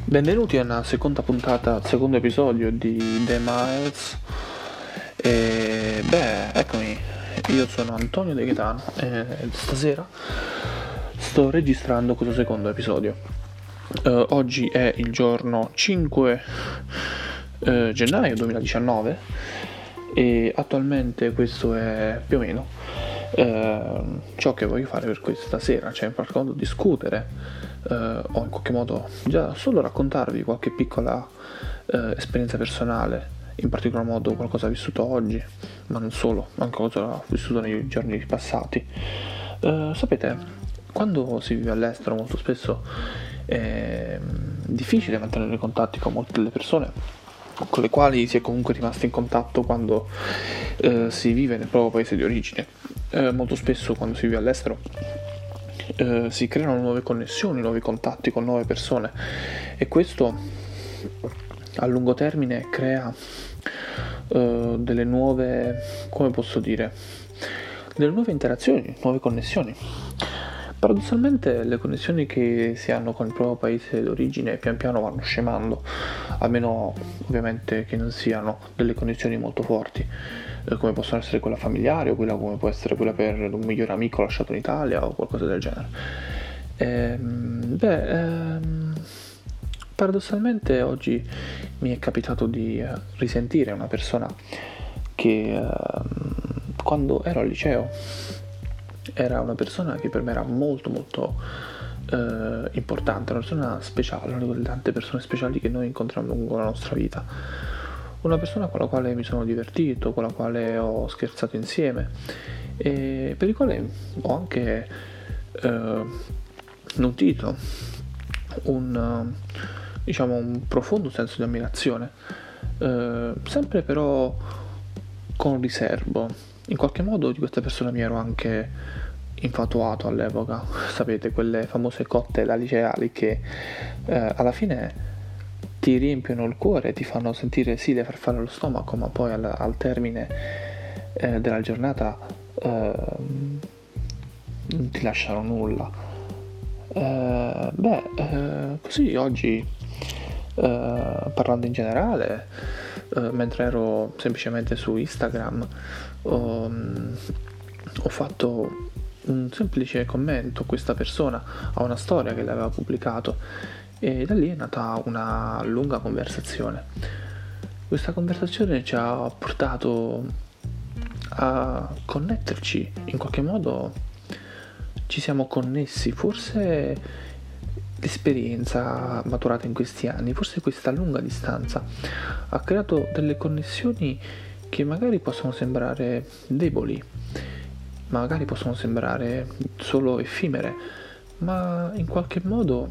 Benvenuti alla seconda puntata, al secondo episodio di The Miles. Eccomi, io sono Antonio De Gaetano e stasera sto registrando questo secondo episodio. Oggi è il giorno 5 gennaio 2019 e attualmente questo è più o meno ciò che voglio fare per questa sera, cioè in qualche modo discutere o in qualche modo già solo raccontarvi qualche piccola esperienza personale, in particolar modo qualcosa vissuto oggi, ma non solo, anche qualcosa vissuto nei giorni passati. Sapete, quando si vive all'estero molto spesso è difficile mantenere contatti con molte delle persone con le quali si è comunque rimasti in contatto quando si vive nel proprio paese di origine. Molto spesso quando si vive all'estero si creano nuove connessioni, nuovi contatti con nuove persone e questo a lungo termine crea delle nuove, come posso dire, delle nuove interazioni, nuove connessioni. Paradossalmente le connessioni che si hanno con il proprio paese d'origine pian piano vanno scemando, a meno ovviamente che non siano delle connessioni molto forti, come possono essere quella familiare o quella come può essere quella per un migliore amico lasciato in Italia o qualcosa del genere. Paradossalmente oggi mi è capitato di risentire una persona che quando ero al liceo era una persona che per me era molto importante, una persona speciale, una delle tante persone speciali che noi incontriamo lungo la nostra vita, una persona con la quale mi sono divertito, con la quale ho scherzato insieme e per il quale ho anche nutrito un profondo senso di ammirazione, sempre però con riservo. In qualche modo di questa persona mi ero anche infatuato all'epoca, sapete, quelle famose cotte da liceali che alla fine ti riempiono il cuore, ti fanno sentire sì le farfalle allo stomaco, ma poi al termine della giornata non ti lasciano nulla. Così oggi parlando in generale, mentre ero semplicemente su Instagram ho fatto un semplice commento a questa persona, a una storia che l'aveva pubblicato e da lì è nata una lunga conversazione. Questa conversazione ci ha portato a connetterci, in qualche modo ci siamo connessi, forse l'esperienza maturata in questi anni, forse questa lunga distanza ha creato delle connessioni che magari possono sembrare deboli, magari possono sembrare solo effimere, ma in qualche modo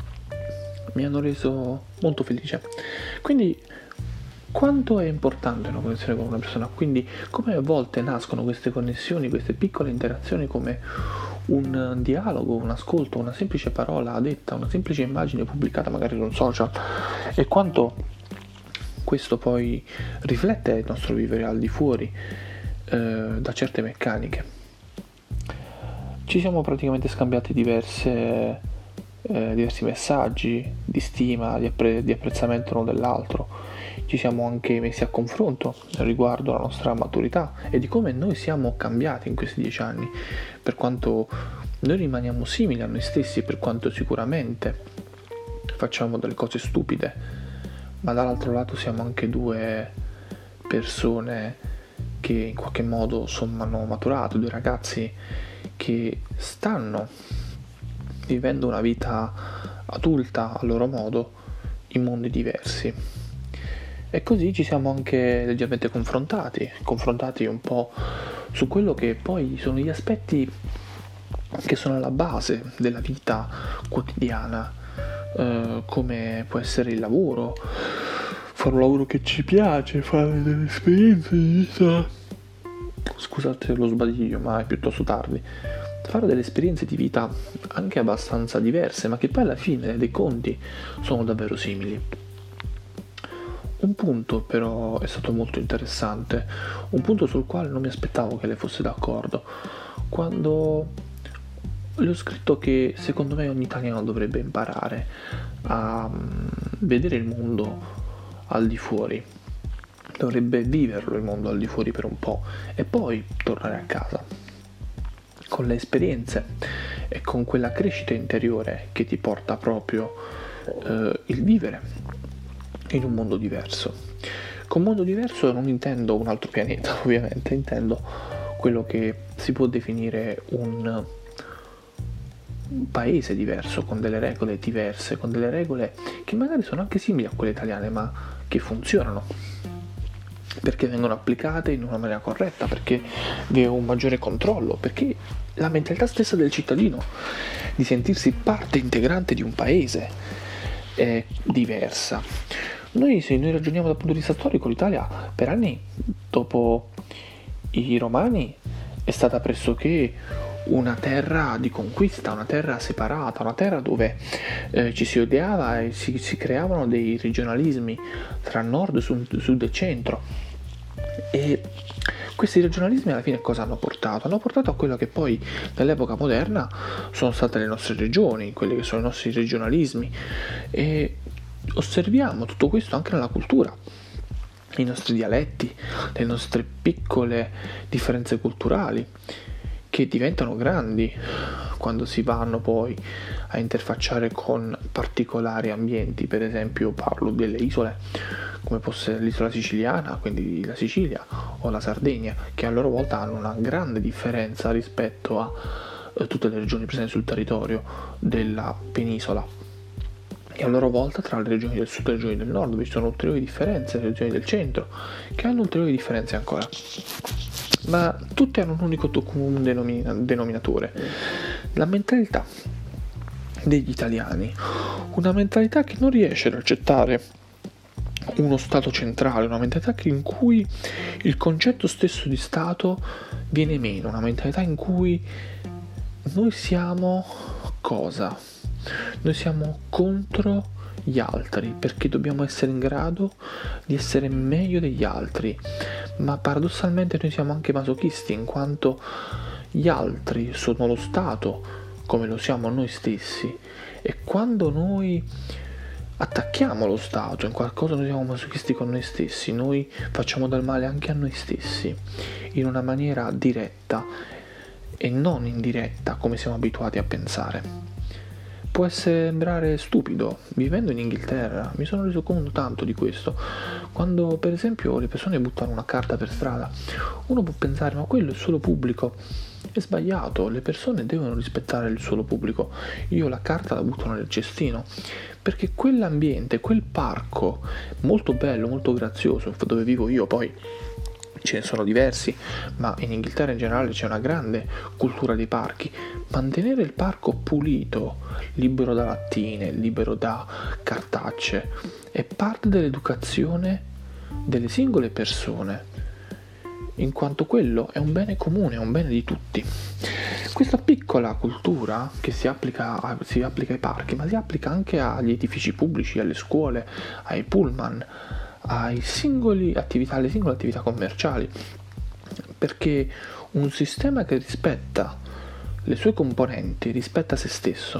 mi hanno reso molto felice. Quindi quanto è importante una connessione con una persona, quindi come a volte nascono queste connessioni, queste piccole interazioni come un dialogo, un ascolto, una semplice parola detta, una semplice immagine pubblicata magari su un social e quanto questo poi riflette il nostro vivere al di fuori da certe meccaniche. Ci siamo praticamente scambiati diversi messaggi di stima, di apprezzamento l'uno dell'altro. Ci siamo anche messi a confronto riguardo alla nostra maturità e di come noi siamo cambiati in questi 10 anni, per quanto noi rimaniamo simili a noi stessi, per quanto sicuramente facciamo delle cose stupide, ma dall'altro lato siamo anche due persone che in qualche modo hanno maturato, due ragazzi che stanno vivendo una vita adulta a loro modo in mondi diversi. E così ci siamo anche leggermente confrontati un po' su quello che poi sono gli aspetti che sono alla base della vita quotidiana, come può essere il lavoro, fare un lavoro che ci piace, fare delle esperienze di vita. Scusate lo sbadiglio, ma è piuttosto tardi. Fare delle esperienze di vita anche abbastanza diverse, ma che poi alla fine dei conti sono davvero simili. Un punto però è stato molto interessante, un punto sul quale non mi aspettavo che lei fosse d'accordo. Quando Le ho scritto che secondo me ogni italiano dovrebbe imparare a vedere il mondo al di fuori, dovrebbe viverlo il mondo al di fuori per un po' e poi tornare a casa con le esperienze e con quella crescita interiore che ti porta proprio il vivere in un mondo diverso. Con mondo diverso non intendo un altro pianeta, ovviamente, intendo quello che si può definire un paese diverso, con delle regole diverse, con delle regole che magari sono anche simili a quelle italiane, ma che funzionano, perché vengono applicate in una maniera corretta, perché vi è un maggiore controllo, perché la mentalità stessa del cittadino di sentirsi parte integrante di un paese è diversa. Se noi ragioniamo dal punto di vista storico, l'Italia per anni, dopo i Romani, è stata pressoché una terra di conquista, una terra separata, una terra dove ci si odiava e si creavano dei regionalismi tra nord, sud e centro. E questi regionalismi alla fine cosa hanno portato? Hanno portato a quello che poi nell'epoca moderna sono state le nostre regioni, quelli che sono i nostri regionalismi, e osserviamo tutto questo anche nella cultura, i nostri dialetti, le nostre piccole differenze culturali che diventano grandi quando si vanno poi a interfacciare con particolari ambienti. Per esempio parlo delle isole come può essere l'isola siciliana, quindi la Sicilia, o la Sardegna, che a loro volta hanno una grande differenza rispetto a tutte le regioni presenti sul territorio della penisola, e a loro volta tra le regioni del sud e le regioni del nord vi sono ulteriori differenze, le regioni del centro che hanno ulteriori differenze ancora, ma tutte hanno un unico comune denominatore: la mentalità degli italiani, una mentalità che non riesce ad accettare uno Stato centrale, una mentalità in cui il concetto stesso di Stato viene meno, una mentalità in cui noi siamo cosa? Noi siamo contro gli altri perché dobbiamo essere in grado di essere meglio degli altri, ma paradossalmente noi siamo anche masochisti, in quanto gli altri sono lo Stato come lo siamo noi stessi, e quando noi attacchiamo lo Stato in qualcosa, noi siamo masochisti con noi stessi, noi facciamo del male anche a noi stessi in una maniera diretta e non indiretta come siamo abituati a pensare. Può sembrare stupido, vivendo in Inghilterra mi sono reso conto tanto di questo. Quando per esempio le persone buttano una carta per strada, uno può pensare: ma quello è il suolo pubblico. È sbagliato, le persone devono rispettare il suolo pubblico. Io la carta la butto nel cestino, perché quell'ambiente, quel parco molto bello, molto grazioso, dove vivo io, poi ce ne sono diversi, ma in Inghilterra in generale c'è una grande cultura dei parchi. Mantenere il parco pulito, libero da lattine, libero da cartacce, è parte dell'educazione delle singole persone, in quanto quello è un bene comune, è un bene di tutti. Questa piccola cultura che si applica ai parchi, ma si applica anche agli edifici pubblici, alle scuole, ai pullman, alle singole attività commerciali, perché un sistema che rispetta le sue componenti rispetta se stesso,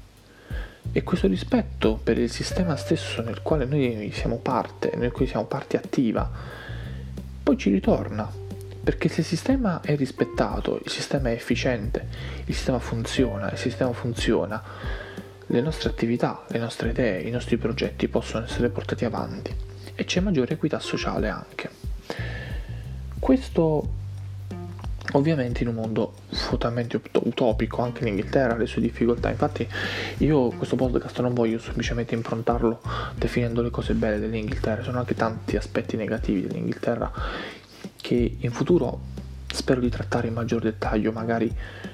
e questo rispetto per il sistema stesso nel quale noi siamo parte, nel cui siamo parte attiva, poi ci ritorna, perché se il sistema è rispettato, il sistema è efficiente, il sistema funziona, le nostre attività, le nostre idee, i nostri progetti possono essere portati avanti e c'è maggiore equità sociale anche. Questo ovviamente in un mondo totalmente utopico, anche in Inghilterra ha le sue difficoltà. Infatti io questo podcast non voglio semplicemente improntarlo definendo le cose belle dell'Inghilterra, sono anche tanti aspetti negativi dell'Inghilterra che in futuro spero di trattare in maggior dettaglio. Magari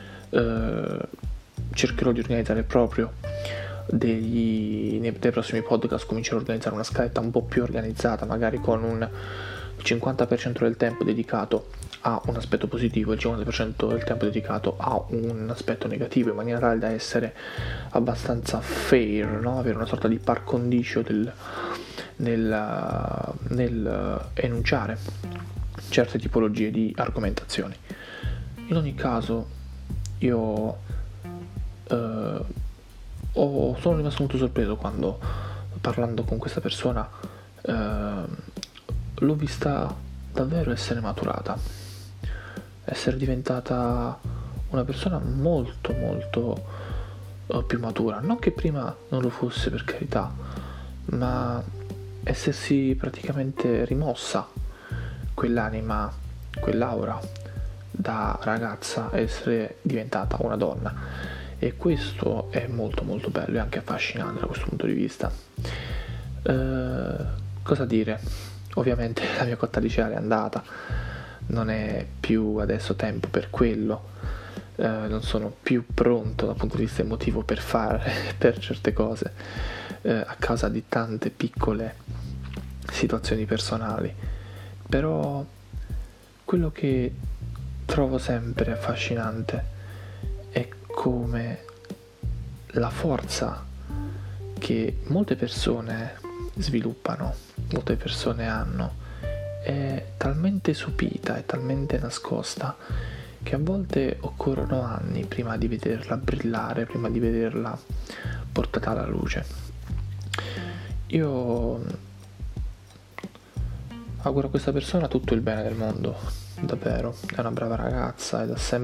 cercherò di organizzare proprio nei prossimi podcast, comincerò a organizzare una scaletta un po' più organizzata, magari con un 50% del tempo dedicato a un aspetto positivo e il 50% del tempo dedicato a un aspetto negativo, in maniera tale da essere abbastanza fair, no? Avere una sorta di par condicio nel enunciare certe tipologie di argomentazioni. In ogni caso io sono rimasto molto sorpreso quando, parlando con questa persona, l'ho vista davvero essere maturata, essere diventata una persona molto molto più matura. Non che prima non lo fosse, per carità, ma essersi praticamente rimossa quell'anima, quell'aura da ragazza, essere diventata una donna. E questo è molto molto bello e anche affascinante da questo punto di vista. Cosa dire? Ovviamente la mia cotta liceale è andata, non è più adesso tempo per quello, non sono più pronto dal punto di vista emotivo per fare per certe cose, a causa di tante piccole situazioni personali. Però quello che trovo sempre affascinante è come la forza che molte persone sviluppano, molte persone hanno, è talmente sopita, è talmente nascosta, che a volte occorrono anni prima di vederla brillare, prima di vederla portata alla luce. Io auguro a questa persona tutto il bene del mondo, davvero. È una brava ragazza ed si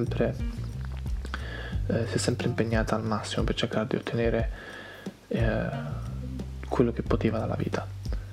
è sempre impegnata al massimo per cercare di ottenere quello che poteva dalla vita,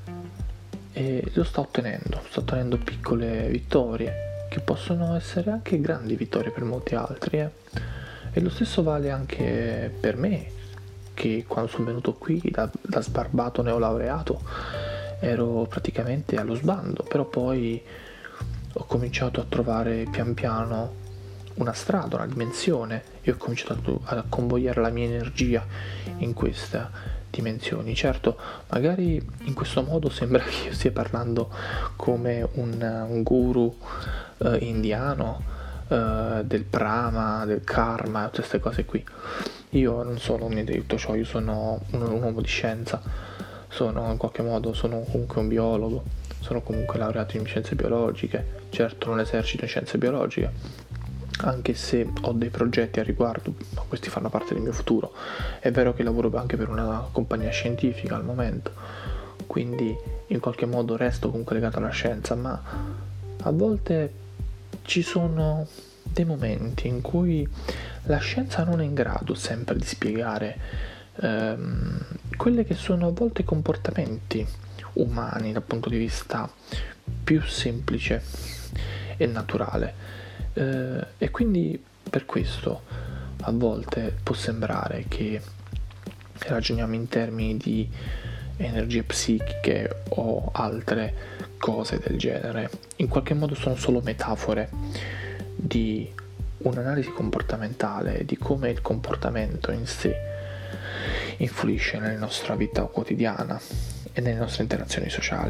e lo sta ottenendo piccole vittorie che possono essere anche grandi vittorie per molti altri, e lo stesso vale anche per me, che quando sono venuto qui da sbarbato neolaureato ero praticamente allo sbando, però poi ho cominciato a trovare pian piano una strada, una dimensione, e ho cominciato a convogliare la mia energia in questa dimensioni. Certo, magari in questo modo sembra che io stia parlando come un guru indiano del prana, del karma e tutte queste cose qui. Io non sono niente di tutto ciò, io sono un uomo di scienza, sono comunque un biologo, sono comunque laureato in scienze biologiche. Certo, non esercito in scienze biologiche, anche se ho dei progetti a riguardo, ma questi fanno parte del mio futuro. È vero che lavoro anche per una compagnia scientifica al momento, quindi in qualche modo resto comunque legato alla scienza, ma a volte ci sono dei momenti in cui la scienza non è in grado sempre di spiegare quelle che sono a volte comportamenti umani dal punto di vista più semplice e naturale. E quindi per questo a volte può sembrare che ragioniamo in termini di energie psichiche o altre cose del genere. In qualche modo sono solo metafore di un'analisi comportamentale, di come il comportamento in sé influisce nella nostra vita quotidiana e nelle nostre interazioni sociali.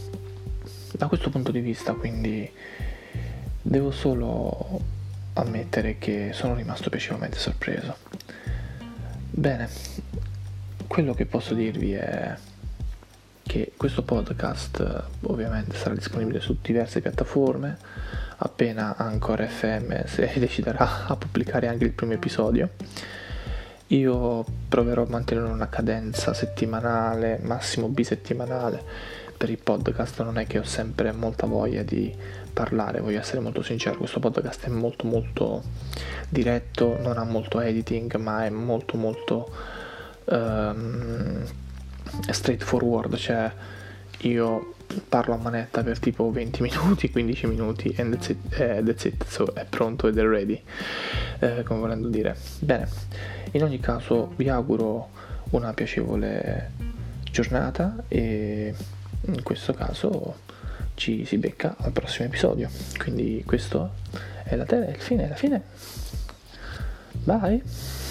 Da questo punto di vista, quindi, devo solo ammettere che sono rimasto piacevolmente sorpreso. Bene, quello che posso dirvi è che questo podcast ovviamente sarà disponibile su diverse piattaforme appena Anchor FM se deciderà a pubblicare anche il primo episodio. Io proverò a mantenere una cadenza settimanale, massimo bisettimanale per il podcast. Non è che ho sempre molta voglia di parlare, voglio essere molto sincero. Questo podcast è molto molto diretto, non ha molto editing, ma è molto molto straightforward, cioè io parlo a manetta per tipo 20 minuti, 15 minuti and that's it, so è pronto ed è ready, come volendo dire. Bene, in ogni caso vi auguro una piacevole giornata e in questo caso ci si becca al prossimo episodio. Quindi questo è la fine. Bye.